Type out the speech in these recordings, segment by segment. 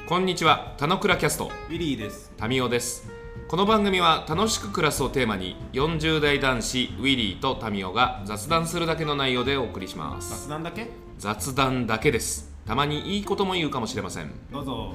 こんにちは、たのくらキャストウィリーです。 タミオです。この番組は楽しく暮らすをテーマに40代男子ウィリーとタミオが雑談するだけの内容でお送りします。 雑談だけ？ 雑談だけです。たまにいいことも言うかもしれません。 どうぞ。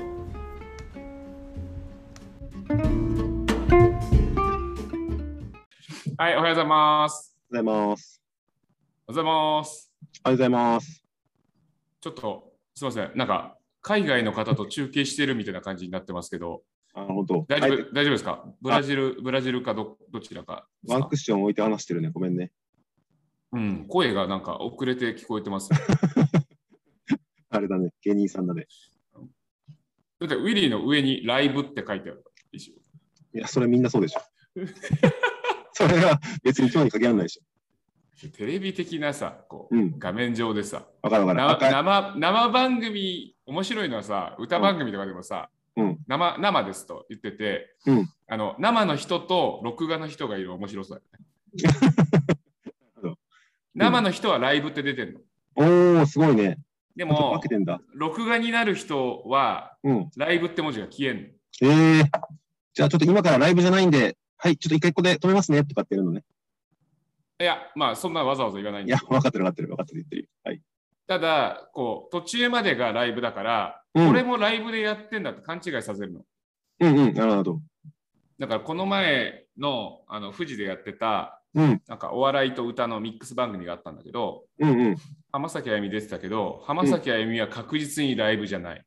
はい、おはようございます。 おはようございます。 おはようございます。 おはようございます。 ちょっとすいません、なんか海外の方と中継してるみたいな感じになってますけど、 本当。 大丈夫ですか？ブラジルかどちらかですか？ ワンクッション置いて話してるね。ごめんね。 声がなんか遅れて聞こえてます。 あれだね、芸人さんだね。 だってウィリーの上にライブって書いてあるでしょ。 いや、それみんなそうでしょ。それは別に今日に限らないでしょ。 テレビ的なさ、画面上でさ、 わかる生番組、面白いのはさ、歌番組とかでもさ、生ですと言ってて、生の人と録画の人がいる面白さだよね。生の人はライブって出てるの。 おー、すごいね。 でも、録画になる人は、ライブって文字が消えんの。 じゃあちょっと今からライブじゃないんで、はい、ちょっと一回ここで止めますねとかってやるのね。 いや、まあそんなわざわざ言わないんだ。いや、分かってる言ってる。はい。 ただ、途中までがライブだから、これもライブでやってんだって勘違いさせるの。なるほど。 だからこの前の富士でやってた、なんかお笑いと歌のミックス番組があったんだけど、浜崎あゆみ出てたけど、浜崎あゆみは確実にライブじゃない。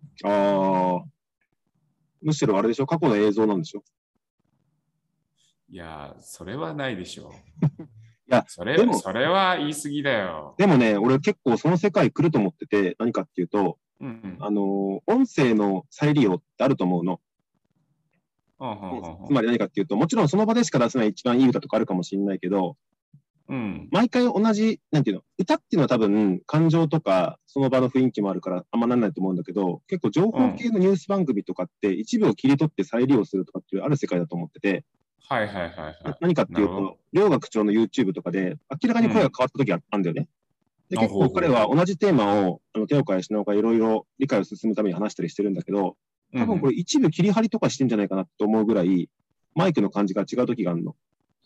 むしろあれでしょ、過去の映像なんでしょ。 いや、それはないでしょ。 いや、 それは言い過ぎだよ。 でもね、俺結構その世界来ると思ってて、何かっていうと、音声の再利用ってあると思うの。つまり何かっていうと、もちろんその場でしか出せない一番いい歌とかあるかもしれないけど、毎回同じ、なんていうの、歌っていうのは多分感情とかその場の雰囲気もあるからあんまなんないと思うんだけど、結構情報系のニュース番組とかって一部を切り取って再利用するとかっていうある世界だと思ってて、何かっていうと、両学長の YouTube とかで明らかに声が変わった時があるんだよね。で結構彼は同じテーマを手を変え品を変えいろいろ理解を進むために話したりしてるんだけど、多分これ一部切り張りとかしてんじゃないかなと思うぐらい、マイクの感じが違う時があるの。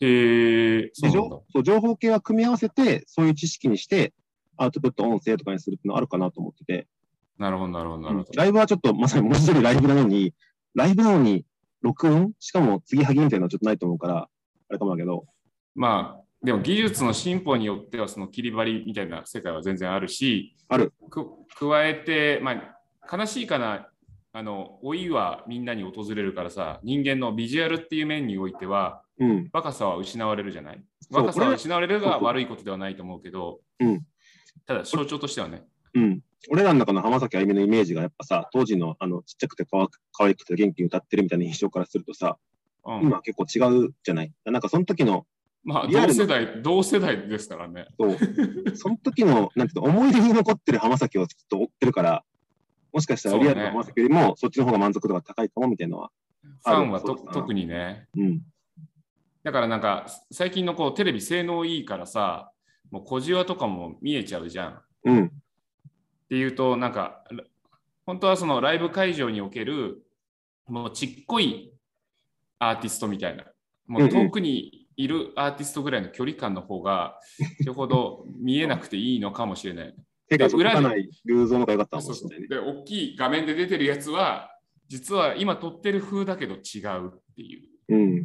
情報系は組み合わせて、そういう知識にして、アウトプット音声とかにするっていうのはあるかなと思ってて。 なるほど。 ライブはちょっとまさに文字通りライブなのに、録音しかも継ぎはぎみたいなのはちょっとないと思うから、あれかもだけど。 まあ、でも技術の進歩によってはその切り張りみたいな世界は全然あるし、加えて、まあ、悲しいかな、老いはみんなに訪れるからさ、人間のビジュアルっていう面においては、若さは失われるじゃない。若さは失われるが悪いことではないと思うけど、ただ象徴としてはね。 俺らの中の浜崎あゆみのイメージがやっぱさ、当時のちっちゃくて可愛くて元気に歌ってるみたいな印象からするとさ、今結構違うじゃない。なんかその時の、 まあ同世代ですからね。 その時のなんていうの思い出に残ってる浜崎をずっと追ってるから、もしかしたらリアルな浜崎よりもそっちの方が満足度が高いかもみたいなのは。 ファンは特にね。だからなんか最近のテレビ性能いいからさ、もう小じわとかも見えちゃうじゃん。っていうとなんか本当はそのライブ会場におけるもうちっこいアーティストみたいな、もう遠くにいるアーティストぐらいの距離感の方がそれほど見えなくていいのかもしれない。 手が届かない偶像の方が良かったかもしれないね。 で大きい画面で出てるやつは実は今撮ってる風だけど違うっていう。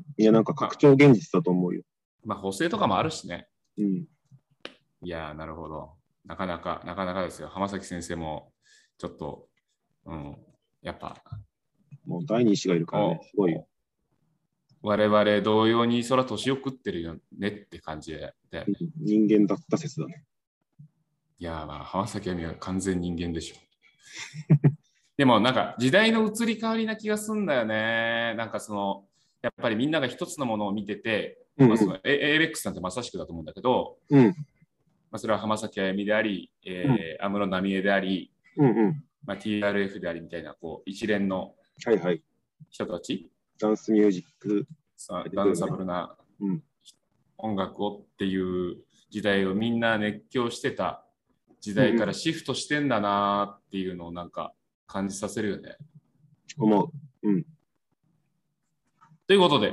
いやなんか拡張現実だと思うよ。 まあ補正とかもあるしね。いやなるほど。なかなかですよ。浜崎先生もちょっと、やっぱもう第二子がいるからね、すごいよ。 我々同様にそら年を食ってるよねって感じで。 人間だった説だね。 いやまあ浜崎あゆみは完全人間でしょ。でもなんか時代の移り変わりな気がするんだよね。なんかやっぱりみんなが一つのものを見てて、ABEX なんてまさしくだと思うんだけど、それは浜崎あゆみであり、安室奈美恵であり、TRF でありみたいな一連の人たち、 ダンスミュージック、 ダンサブルな音楽をっていう時代をみんな熱狂してた時代からシフトしてんだなっていうのをなんか感じさせるよね。 思う。うん。 ということで、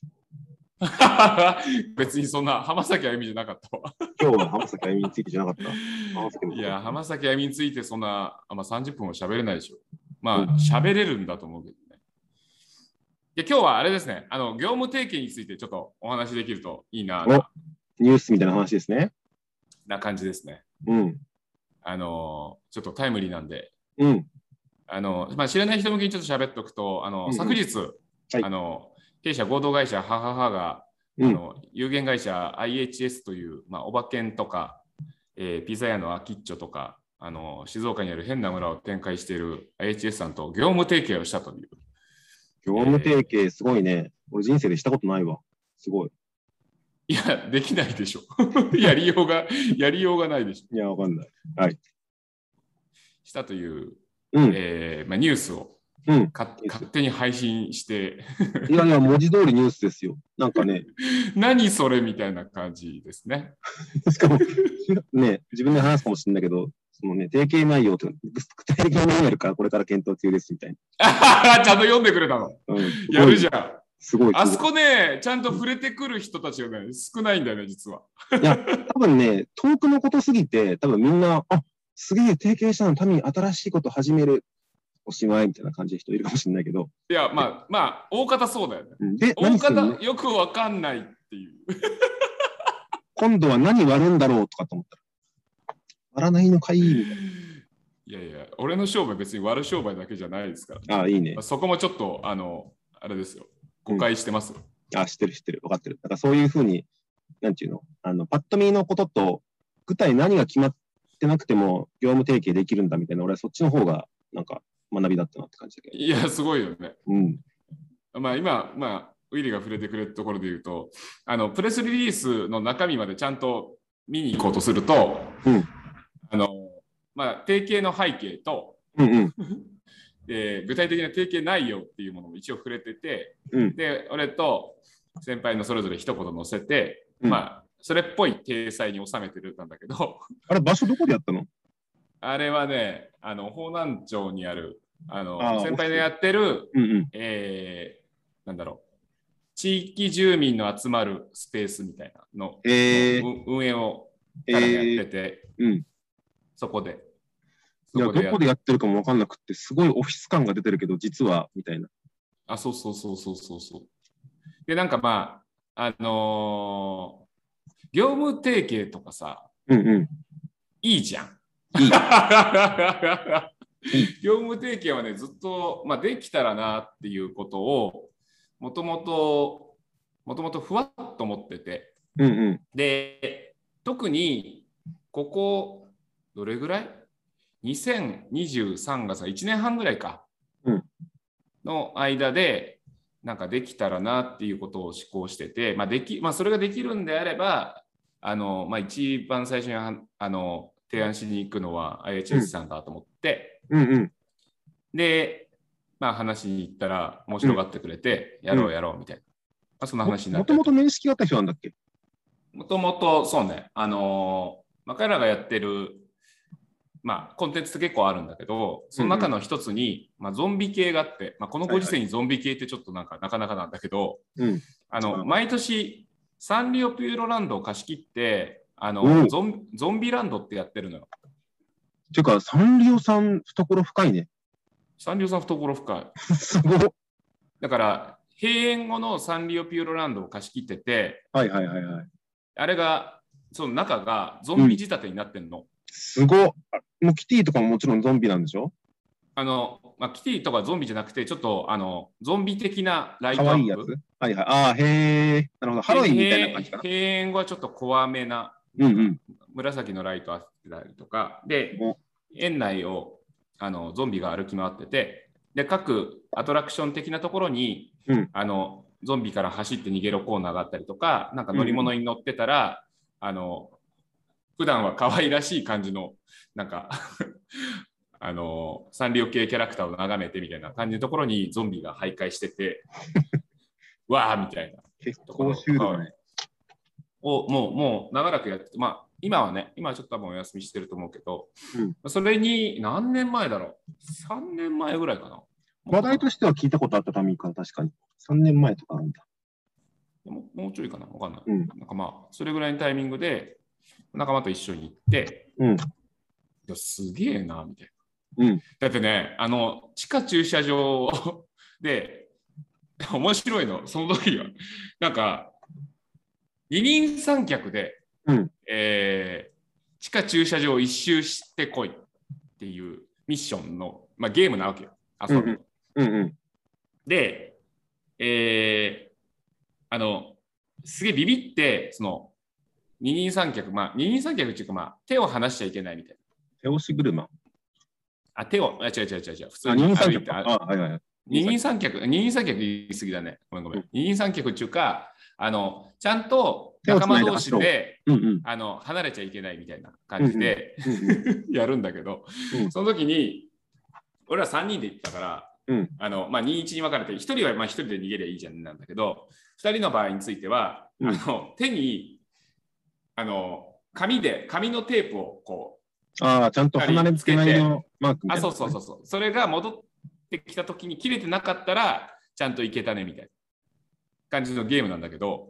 別にそんな浜崎あゆみじゃなかったわ。 今日は浜崎あゆみについてじゃなかった。 いや、浜崎あゆみについてそんな、30分も喋れないでしょ。喋れるんだと思うけどね。で今日はあれですね、業務提携についてちょっとお話できるといいな。 ニュースみたいな話ですね。 な感じですね。 うん。 ちょっとタイムリーなんで、 うん。 知らない人向けにちょっと喋っておくと、昨日、弊社合同会社はははが、有限会社 IHS という、おばけんとか、ピザ屋のアキッチョとか、静岡にある変な村を展開している IHS さんと業務提携をしたという。 業務提携すごいね。俺人生でしたことないわ。すごい。 いや、できないでしょ。やりようがないでしょ。 いや、わかんない。はい。 したという、 ニュースを、勝手に配信して。 いやいや、文字通りニュースですよ。なんかね。 何それみたいな感じですね。 しかも、ね、自分で話すかもしれないけど、そのね、提携内容と、具体的な内容からこれから検討中ですみたいな。ちゃんと読んでくれたの。やるじゃん。 すごい。 あそこね、ちゃんと触れてくる人たちがね、少ないんだよね、実は。 いや、多分ね、遠くのことすぎて、多分みんな、すげえ提携したのために新しいこと始める。おしまいみたいな感じの人いるかもしれないけど。 いや、大方そうだよね。で、大方よくわかんないっていう。 今度は何割るんだろうとかと思ったら、割らないのかいみたいな。 いや、俺の商売別に割る商売だけじゃないですから、 ね。いいね。 そこもちょっと、あれですよ。誤解してますよ。 知ってる。分かってる。だからそういうふうに、なんていうの、パッと見のことと、具体何が決まってなくても、業務提携できるんだみたいな、俺はそっちの方が、なんか、学びだったなって感じだけど。 いや、すごいよね。 うん。 今、ウィリが触れてくれるところで言うと、プレスリリースの中身までちゃんと見に行こうとすると、提携の背景と、具体的な提携内容っていうものも一応触れてて、で、俺と先輩のそれぞれ一言載せて、それっぽい体裁に収めてるんだけど。 あれ、場所どこでやったの？ あれはね、方南町にある、先輩のやってる、なんだろう、地域住民の集まるスペースみたいなの、運営をやってて、そこで。 いや、どこでやってるかも分かんなくて、すごいオフィス感が出てるけど、実は、みたいな。 そう。で、なんか業務提携とかさ、いいじゃん。業務提携はね、ずっと、できたらなっていうことを、もともとふわっと思ってて、で、特に、ここ、どれぐらい ?2023 がさ、1年半ぐらいか、の間で、なんかできたらなっていうことを思考してて、それができるんであれば、一番最初に提案しに行くのは IHS さんだと思って、で、話に行ったら面白がってくれて、やろうみたいな。そんな話になって。 もともと面識があった人なんだっけ？ もともとそうね、彼らがやってる、コンテンツって結構あるんだけど、その中の一つに、ゾンビ系があって、このご時世にゾンビ系ってちょっとなかなかなんだけど、毎年サンリオピューロランドを貸し切って、ゾンビランドってやってるのよ。 ていうか、サンリオさん懐深いね。 サンリオさん懐深い。 すごい。 だから、閉園後のサンリオピューロランドを貸し切ってて、あれが、その中がゾンビ仕立てになってんの。 すごい。もうキティとかももちろんゾンビなんでしょ？ キティとかゾンビじゃなくて、ちょっとゾンビ的なライトアップ。 かわいいやつ？へえ。なるほど。ハロウィンみたいな感じかな。 閉園後はちょっと怖めな、紫のライトあってたりとか、で、園内をゾンビが歩き回ってて、で、各アトラクション的なところに、ゾンビから走って逃げろコーナーがあったりとか、なんか乗り物に乗ってたら、普段は可愛らしい感じの、なんかサンリオ系キャラクターを眺めてみたいな感じのところにゾンビが徘徊してて、わーみたいな。 結構シュールだね。 もう長らくやってて、今はちょっと多分お休みしてると思うけど、それに何年前だろう ?3 年前ぐらいかな。 話題としては聞いたことあったタミーか、確かに。3年前とかあるんだ。 もうちょいかな、わかんない。なんかまあ、それぐらいのタイミングで、仲間と一緒に行って、いやすげえな、みたいな。だってね、地下駐車場で、面白いの、その時は。なんか、二人三脚で、地下駐車場を一周してこいっていうミッションの、まあ、ゲームなわけよ、遊び。で、すげえビビって、その、二人三脚、まあ、二人三脚っていうか、まあ、手を離しちゃいけないみたいな。 手押し車。 違う、普通に歩いて。二人三脚言い過ぎだね。ごめん。二人三脚っていうか、ちゃんと仲間同士で離れちゃいけないみたいな感じでやるんだけど、その時に、俺は3人で行ったから、まあ、2-1に分かれて、1人はまあ1人で逃げりゃいいじゃんなんだけど、2人の場合については、手に紙のテープをこう、 ちゃんと離れつけないのマークみたいな。 そう。それが戻ってきたときに切れてなかったら、ちゃんといけたねみたいな感じのゲームなんだけど、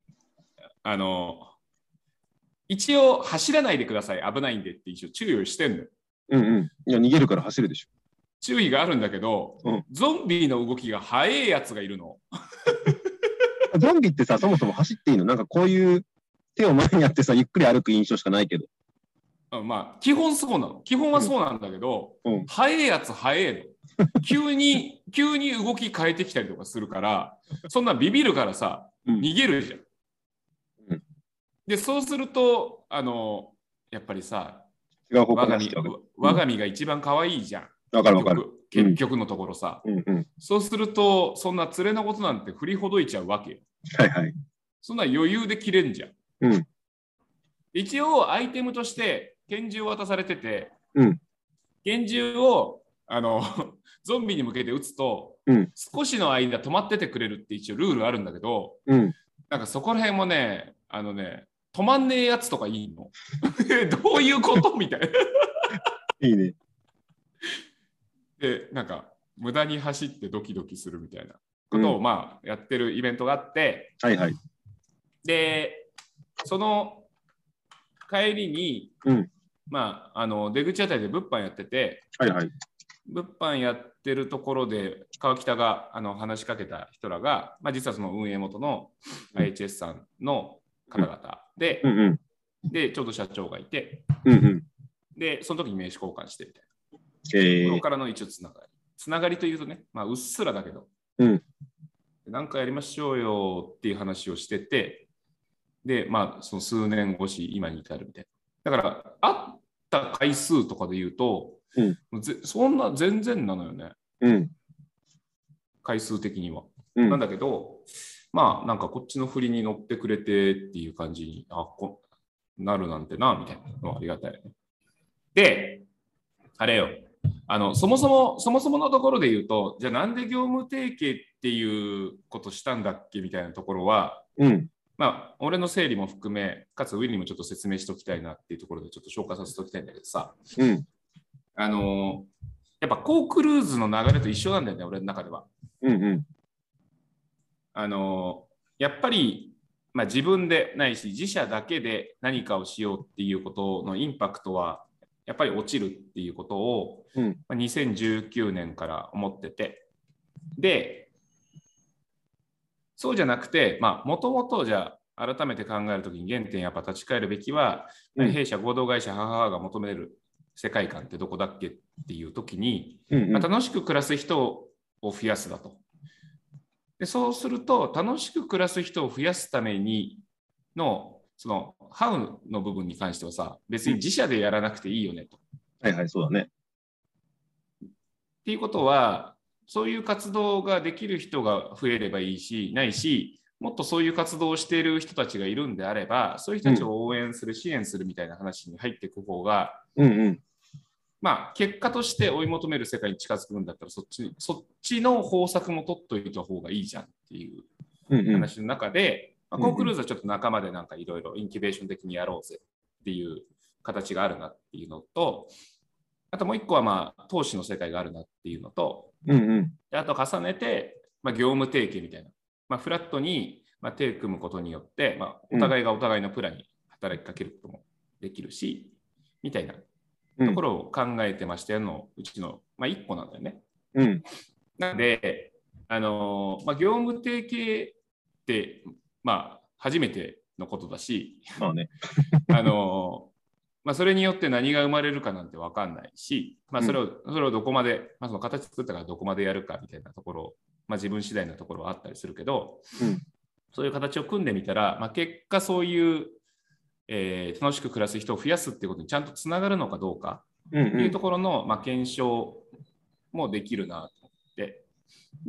一応走らないでください、危ないんでって一応注意をしてんのよ。 いや、逃げるから走るでしょ。 注意があるんだけど、ゾンビの動きが速いやつがいるの。 ゾンビってさ、そもそも走っていいの？なんかこういう手を前にやってさ、ゆっくり歩く印象しかないけど。 まあ、基本そうなの。基本はそうなんだけど、速いやつ速いの。急に動き変えてきたりとかするから、そんなビビるからさ、逃げるじゃん。で、そうすると、やっぱりさ、我が身が一番可愛いじゃん。結局のところさ。そうすると、そんな連れのことなんて振りほどいちゃうわけよ。そんな余裕で切れんじゃん。一応、アイテムとして拳銃を渡されてて、拳銃をゾンビに向けて撃つと、少しの間止まっててくれるって一応ルールあるんだけど、なんかそこら辺もね、止まんねえやつとかいいのどういうことみたいな。 いいね。 で、なんか無駄に走ってドキドキするみたいなことを、まあやってるイベントがあって、で、その帰りに、まあ、出口あたりで物販やってて、物販やってるところで川北が話しかけた人らが、まあ、実はその運営元の IHS さんの方々で、でちょうど社長がいて、でその時に名刺交換してみたいな、ここからの一応つながりというとね、まあ、うっすらだけど、なんかやりましょうよっていう話をしてて、でまあその数年越し今に至るみたいな。だから会った回数とかで言うと、そんな全然なのよね、回数的には。なんだけど、まあなんかこっちの振りに乗ってくれてっていう感じになるなんてなみたいなのはありがたいよね。で、あれよ、そもそものところで言うと、じゃあなんで業務提携っていうことしたんだっけみたいなところは、まあ俺の整理も含め、かつウィルにもちょっと説明しておきたいなっていうところでちょっと紹介させておきたいんだけどさ、やっぱコークルーズの流れと一緒なんだよね、俺の中では。やっぱり、まあ、自分でないし自社だけで何かをしようっていうことのインパクトはやっぱり落ちるっていうことを、2019年から思ってて、でそうじゃなくて、まあもともとじゃあ改めて考えるときに原点やっぱ立ち返るべきは、弊社合同会社母が求める世界観ってどこだっけっていうときに、まあ、楽しく暮らす人を増やすだと。でそうすると楽しく暮らす人を増やすためにのそのハウの部分に関してはさ、別に自社でやらなくていいよねと。 そうだね。 っていうことは、そういう活動ができる人が増えればいいし、ないし、もっとそういう活動をしている人たちがいるんであれば、そういう人たちを応援する、支援するみたいな話に入っていく方が、まあ結果として追い求める世界に近づくんだったらそっちの方策も取っといた方がいいじゃんっていう話の中で、コークルーズはちょっと仲間でなんかいろいろインキュベーション的にやろうぜっていう形があるなっていうのと、あともう一個はまあ投資の世界があるなっていうのと、 であと重ねて、業務提携みたいな。フラットに、手を組むことによって、お互いがお互いのプランに働きかけることもできるし、みたいなところを考えてましたよのうちの、一個なんだよね。なので、業務提携って、初めてのことだし、それによって何が生まれるかなんて分かんないし、それをどこまで、その形作ったからどこまでやるかみたいなところ、自分次第なところはあったりするけど、そういう形を組んでみたら、結果そういう、楽しく暮らす人を増やすっていうことにちゃんとつながるのかどうかっていうところの、検証もできるなと思って。で、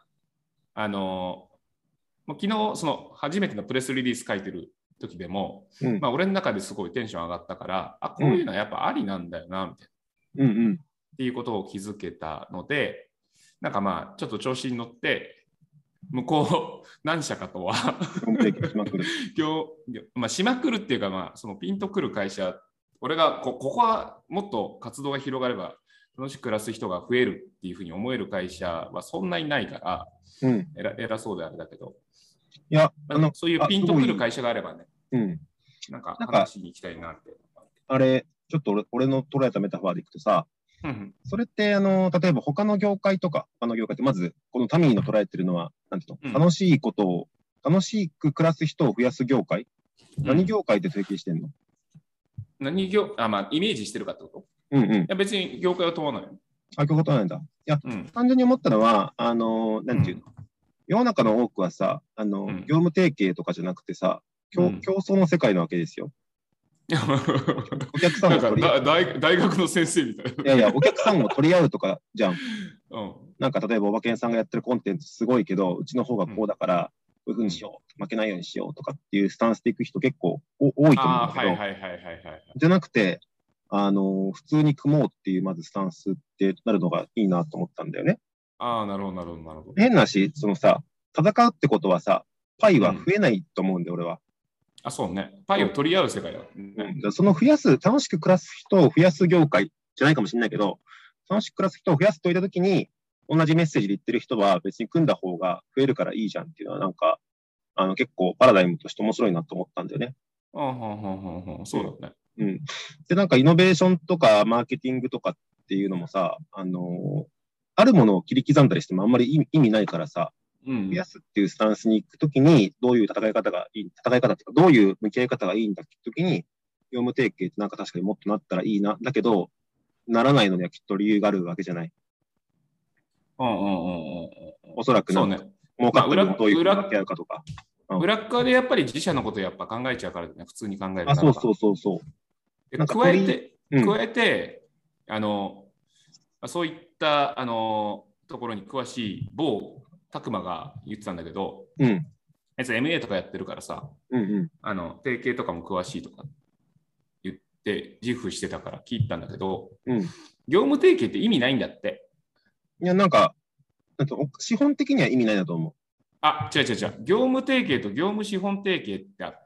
昨日その初めてのプレスリリース書いてる時でも、俺の中ですごいテンション上がったから、こういうのはやっぱありなんだよなみたいな、っていうことを気づけたので、ちょっと調子に乗って向こう何社かとはしまくるっていうか、そのピンとくる会社、俺がここはもっと活動が広がれば楽しく暮らす人が増えるっていうふうに思える会社はそんなにないから、偉そうであれだけど、 いやそういうピンとくる会社があればね、話に行きたいなって。 あれ、ちょっと俺の捉えたメタファーでいくとさ、それって例えば他の業界とか、まずこのタミーの捉えてるのは、なんていうの、楽しいことを、楽しく暮らす人を増やす業界、何業界で提携してんの？ イメージしてるかってこと？いや別に業界は問わない。 業界問わないんだ。いや、単純に思ったのは、なんていうの、世の中の多くはさ、業務提携とかじゃなくてさ、競争の世界なわけですよ。お客さんを取り合う。 大学の先生みたいな。 いや、お客さんを取り合うとかじゃん。例えば、おばけんさんがやってるコンテンツすごいけど、うちの方がこうだから、こういうふうにしよう、負けないようにしようとかっていうスタンスでいく人結構多いと思うんだけど、じゃなくて、普通に組もうっていうまずスタンスってなるのがいいなと思ったんだよね。 なるほど。 変なし、そのさ、戦うってことはさ、パイは増えないと思うんで、俺は。 そうね。パイを取り合う世界だ。 その楽しく暮らす人を増やす業界じゃないかもしれないけど、楽しく暮らす人を増やすといったときに、同じメッセージで言ってる人は別に組んだ方が増えるからいいじゃんっていうのは結構パラダイムとして面白いなと思ったんだよね。 そうだね。で、イノベーションとかマーケティングとかっていうのもさ、あるものを切り刻んだりしてもあんまり意味ないからさ、増やすっていうスタンスに行くときに、どういう戦い方っていうか、どういう向き合い方がいいんだってときに、業務提携って確かにもっとなったらいいな。だけど、ならないのにはきっと理由があるわけじゃない。おそらく儲かったらどういうふうに向き合うかとか。 裏側でやっぱり自社のことをやっぱ考えちゃうからね、普通に考えるから。 そう。 加えて、そういったところに詳しい某拓磨が言ってたんだけど、あいつ MA とかやってるからさ、提携とかも詳しいとか言って自負してたから聞いたんだけど、業務提携って意味ないんだって。 いや、資本的には意味ないなと思う。 違う。業務提携と業務資本提携ってあって、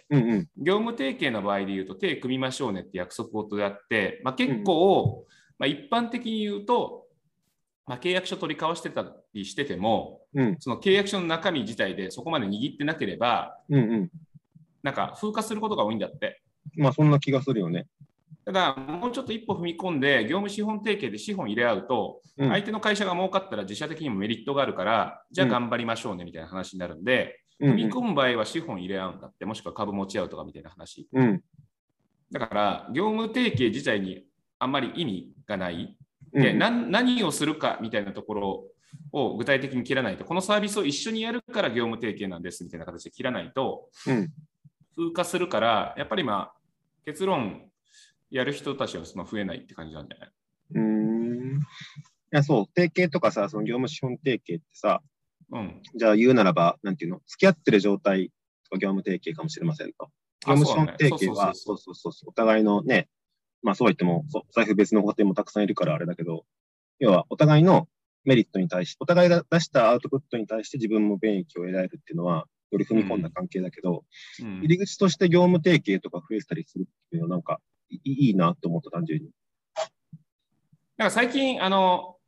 業務提携の場合で言うと手組みましょうねって約束事であって、結構、一般的に言うと、契約書取り交わしてたりしてても、その契約書の中身自体でそこまで握ってなければ、風化することが多いんだって。 そんな気がするよね。 ただ、もうちょっと一歩踏み込んで、業務資本提携で資本入れ合うと、相手の会社が儲かったら自社的にもメリットがあるから、じゃあ頑張りましょうねみたいな話になるんで、踏み込む場合は資本入れ合うんだって、もしくは株持ち合うとかみたいな話。だから、業務提携自体にあんまり意味がない。で、何をするかみたいなところを具体的に切らないと、このサービスを一緒にやるから業務提携なんですみたいな形で切らないと、風化するから、やっぱり結論、やる人たちは増えないって感じなんじゃない？ いや、そう、提携とかさ、その業務資本提携ってさ、じゃあ言うならば、なんていうの、付き合ってる状態が業務提携かもしれませんと。業務資本提携は、お互いのね、そうは言っても、財布別の家庭もたくさんいるからあれだけど、要はお互いのメリットに対して、お互いが出したアウトプットに対して自分も便益を得られるっていうのは、より踏み込んだ関係だけど、入り口として業務提携とか増えたりするっていうのはいいなと思った、単純に。 最近、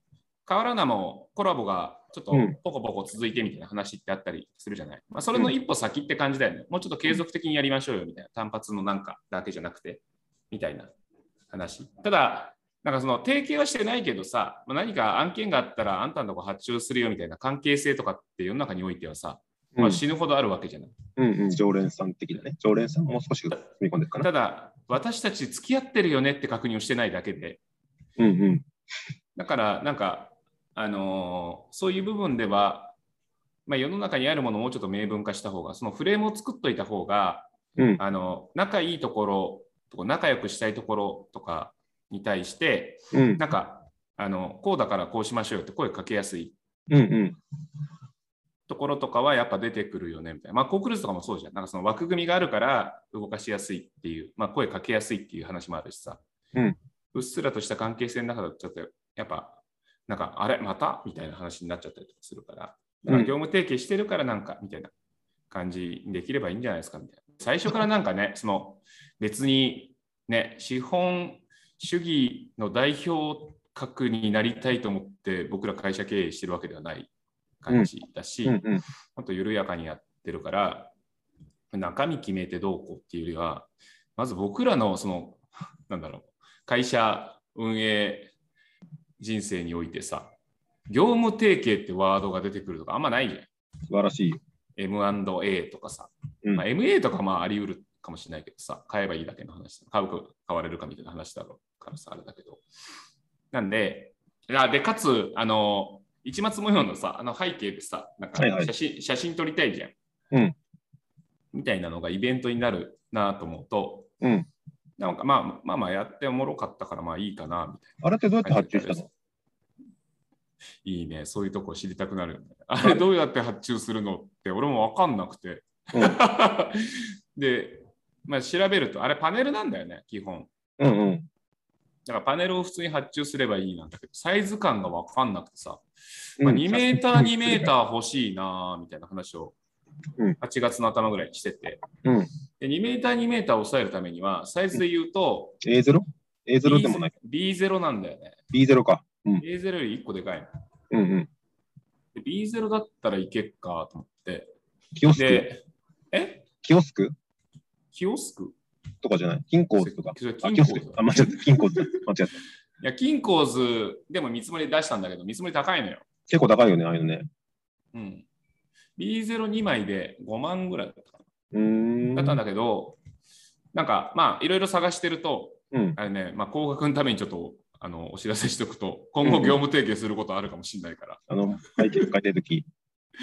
河原菜もコラボがちょっとポコポコ続いてみたいな話ってあったりするじゃない。まあ、それの一歩先って感じだよね。もうちょっと継続的にやりましょうよみたいな。単発のなんかだけじゃなくて、みたいな話。ただ、なんかその提携はしてないけどさ、何か案件があったらあんたのとこ発注するよみたいな関係性とかって世の中においてはさ、まあ、死ぬほどあるわけじゃない。 常連さん的なね。常連さんもう少し踏み込んでるかな。 ただ、私たち付き合ってるよねって確認をしてないだけで。だから、なんか、そういう部分では、まあ、世の中にあるものをもうちょっと明文化した方が、そのフレームを作っといた方が、仲いいところとか、仲良くしたいところとかに対して、なんか、こうだからこうしましょうよって声かけやすい。ところとかはやっぱ出てくるよねみたいな。まあ、コークルーズとかもそうじゃん。なんかその枠組みがあるから動かしやすいっていう、まあ、声かけやすいっていう話もあるしさ。うっすらとした関係性の中だとちょっとやっぱ、なんかあれまたみたいな話になっちゃったりとかするから、だから業務提携してるからなんかみたいな感じにできればいいんじゃないですかみたいな。最初からなんかね、その別にね、資本主義の代表格になりたいと思って僕ら会社経営してるわけではない感じだし、あと緩やかにやってるから、中身決めてどうこうっていうよりは、まず僕らのその、なんだろう、会社運営人生においてさ、業務提携ってワードが出てくるとかあんまないじゃん。 素晴らしいよ。 M&A とかさ、まあ、MA とかまああり得るかもしれないけどさ、買えばいいだけの話、買われるかみたいな話だろうからさ、あれだけど。なんで、かつ、市松模様のさ、背景でさ、なんか写真撮りたいじゃん。みたいなのがイベントになるなと思うと、なんかまあやっておもろかったからまあいいかなみたいな。 あれってどうやって発注したの？ いいね、そういうとこ知りたくなるよね。あれどうやって発注するのって俺も分かんなくて。で、まあ、調べると、あれパネルなんだよね、基本。だからパネルを普通に発注すればいいなんだけど、サイズ感が分かんなくてさ、まあ、2メーター2メーター欲しいなみたいな話を8月の頭ぐらいにしてて、で2メーター2メーターを抑えるためには、サイズで言うと、 A0？A0 でもない。 B0 なんだよね。 B0 か。 A0 より1個でかいの。で B0 だったらいけっかと思って。 キオスク？キオスク？ キオスクとかじゃない？金鉱図とか。 金鉱図。 間違った。金鉱図。間違った。いや、金鉱図でも見積もり出したんだけど、見積もり高いのよ。 結構高いよね、ああいうのね。 B02 枚で5万ぐらいだったかな。だったんだけど、なんかまあいろいろ探してると、あれね、まあ高額のためにちょっとお知らせしておくと、今後業務提携することあるかもしれないから。 書いてるとき。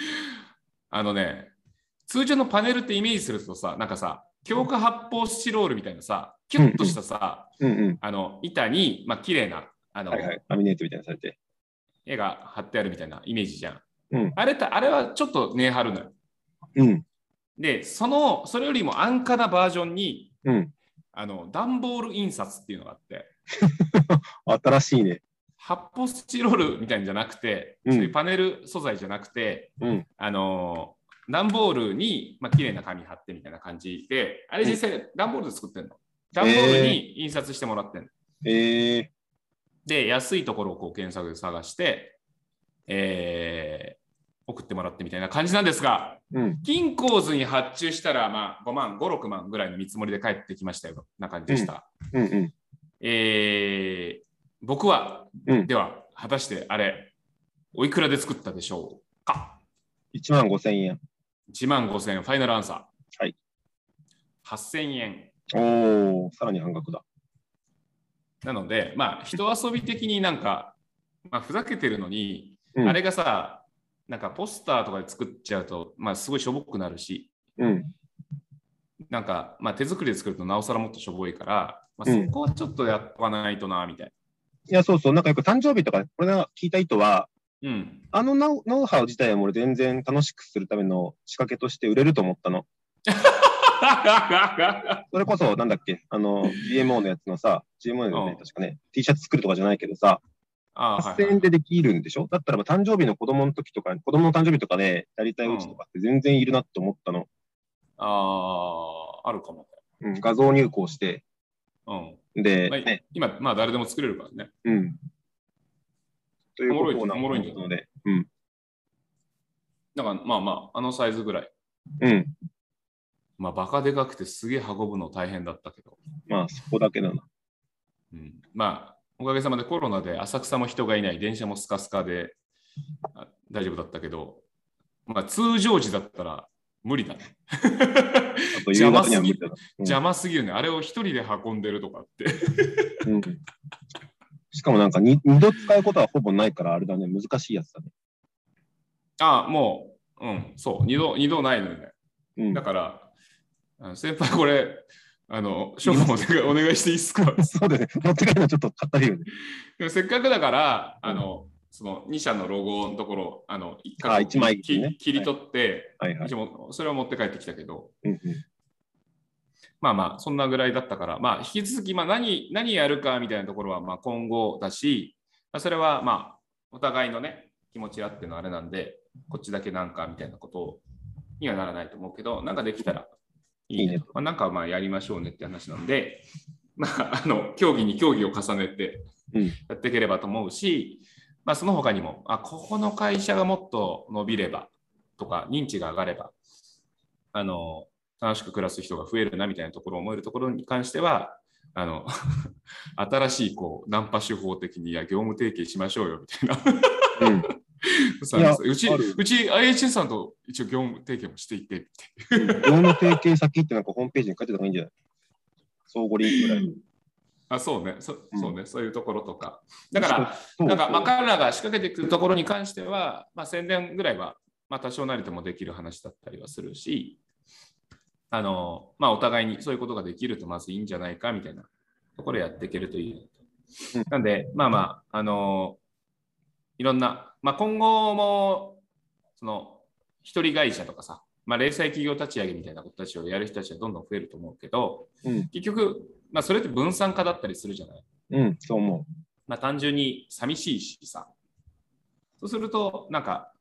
通常のパネルってイメージするとさ、なんかさ、強化発泡スチロールみたいなさ、キュッとしたさ、板に、まあ綺麗な、 ラミネートみたいなされて。 絵が貼ってあるみたいなイメージじゃん。あれはちょっと値張るのよ。で、それよりも安価なバージョンに、段ボール印刷っていうのがあって。 新しいね。 発泡スチロールみたいなんじゃなくて、そういうパネル素材じゃなくて、段ボールに、まあ綺麗な紙貼ってみたいな感じで、あれ実際段ボールで作ってんの。段ボールに印刷してもらってんの。で、安いところをこう検索で探して、送ってもらってみたいな感じなんですが、金鉱図に発注したら、まあ、5万、5、6万ぐらいの見積もりで帰ってきましたよ。な感じでした。僕は、では、果たしてあれ、おいくらで作ったでしょうか？ 1万5千円。 1万5千円、ファイナルアンサー。 はい。 8000円。 さらに半額だ。 なので、まあ、人遊び的になんか、まあ、ふざけてるのに、あれがさ、なんかポスターとかで作っちゃうと、まあ、すごいしょぼくなるし、なんか、まあ、手作りで作るとなおさらもっとしょぼいから、まあ、そこはちょっとやっとかないとな、みたいな。 いや、そうそう、なんかよく誕生日とか、俺が聞いた意図は、ノウハウ自体は俺全然楽しくするための仕掛けとして売れると思ったの。それこそ、なんだっけ、GMO のやつのさ、GMO のね、確かね、T シャツ作るとかじゃないけどさ、8000円でできるんでしょ？だったら誕生日の子供の時とか、子供の誕生日とかでやりたいうちとかって全然いるなって思ったの。 あるかも。 画像入稿して。で、 今、まあ誰でも作れるからね。 ということなので、うん。 だからまあ、サイズぐらい。 うん。 まあ、バカでかくてすげえ運ぶの大変だったけど。 まあ、そこだけだな。 うん。まあ、おかげさまでコロナで浅草も人がいない、電車もスカスカで大丈夫だったけど、まあ、通常時だったら無理だね。邪魔すぎるね。あれを一人で運んでるとかって。 うん、しかもなんか二度使うことはほぼないから、あれだね、難しいやつだね。 ああ、もう、うん、そう、二度ないのよね。うん、だから、先輩これ、ショーもお願いしていいですか？ そうですね。持って帰るのちょっと買ったりよね。 でもせっかくだから、その2社のロゴのところ、 1枚切り取って、 はいはい、 それを持って帰ってきたけど、 うんうん、 まあまあ、そんなぐらいだったから、まあ、引き続き、まあ何やるかみたいなところは、まあ今後だし、それはまあ、お互いのね、気持ちあってのあれなんで、こっちだけなんかみたいなことにはならないと思うけど、なんかできたらいいね。まあ、なんかまあやりましょうねって話なんで、まあ、競技に競技を重ねてやっていければと思うし、まあ、その他にも、ここの会社がもっと伸びればとか、認知が上がれば、楽しく暮らす人が増えるなみたいなところを思えるところに関しては、新しいナンパ手法的に業務提携しましょうよみたいな。うんうち IHN さんと一応業務提携もしていて業務提携先ってなんかホームページに書いてた方がいいんじゃない？相互リンクぐらい。 そうね、そういうところとか。だから、なんか、彼らが仕掛けてくるところに関しては、まあ、宣伝ぐらいは、まあ、多少なりともできる話だったりはするし、まあ、お互いにそういうことができるとまずいいんじゃないかみたいなところをやっていけるといい。なんで、まあまあ、いろんな、まあ、今後も、一人会社とかさ、まあ、零細企業立ち上げみたいなことたちをやる人たちはどんどん増えると思うけど、結局、まあ、それって分散化だったりするじゃない？ そう思う。 まあ、単純に寂しいしさ。そうすると、なんか、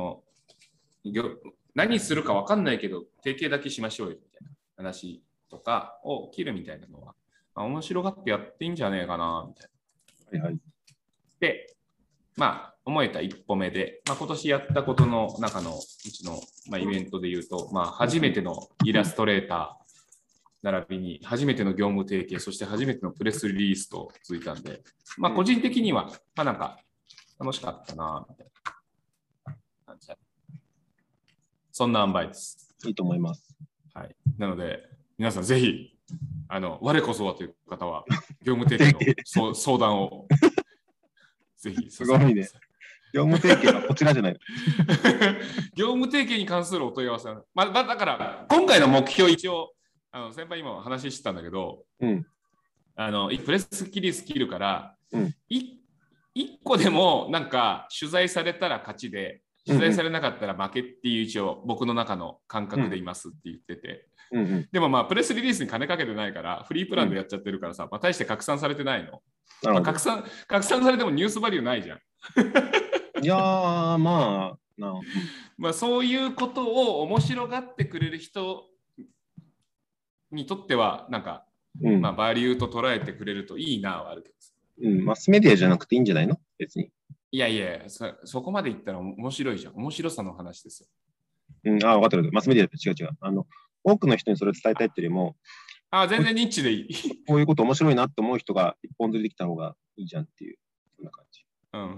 何するか分かんないけど、提携だけしましょうよみたいな話とかを切るみたいなのは、まあ、面白がってやっていいんじゃねえかな、みたいな。 はいはい。 で、まあ、思えた一歩目で、まあ、今年やったことの中のうちの、まあ、イベントで言うと、まあ、初めてのイラストレーター、並びに初めての業務提携、そして初めてのプレスリリースと続いたんで、まあ、個人的には、まあ、なんか楽しかったな、みたいな感じだ。そんな塩梅です。 いいと思います。 はい。なので、皆さんぜひ、我こそはという方は、業務提携の相談をぜひ。 すごいね。業務提携はこちらじゃない。 業務提携に関するお問い合わせは、まあ、だから、今回の目標一応、先輩今話してたんだけど、プレスリリース切るから、1個でもなんか取材されたら勝ちで、取材されなかったら負けっていう一応僕の中の感覚でいますって言ってて、でもまあプレスリリースに金かけてないからフリープランでやっちゃってるからさ、まあ、大して拡散されてないの。まあ、拡散されてもニュースバリューないじゃん。 いやーまあそういうことを面白がってくれる人にとってはなんか、まあバリューと捉えてくれるといいなはあるけど、マスメディアじゃなくていいんじゃないの別に。 いやそこまで言ったら面白いじゃん。面白さの話ですよ。分かってる。マスメディアって違う。多くの人にそれを伝えたいっていうよりも、 全然ニッチでいい。 こういうこと面白いなって思う人が一本出てきた方がいいじゃんっていう、そんな感じ。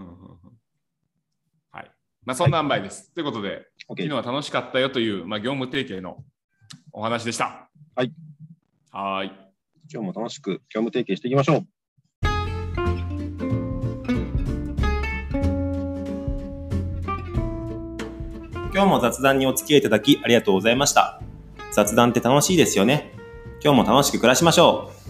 はい。まあ、そんな塩梅です。ということで、昨日は楽しかったよという、まあ、業務提携のお話でした。 はい。今日も楽しく業務提携していきましょう。 今日も雑談にお付き合いいただきありがとうございました。雑談って楽しいですよね。今日も楽しく暮らしましょう。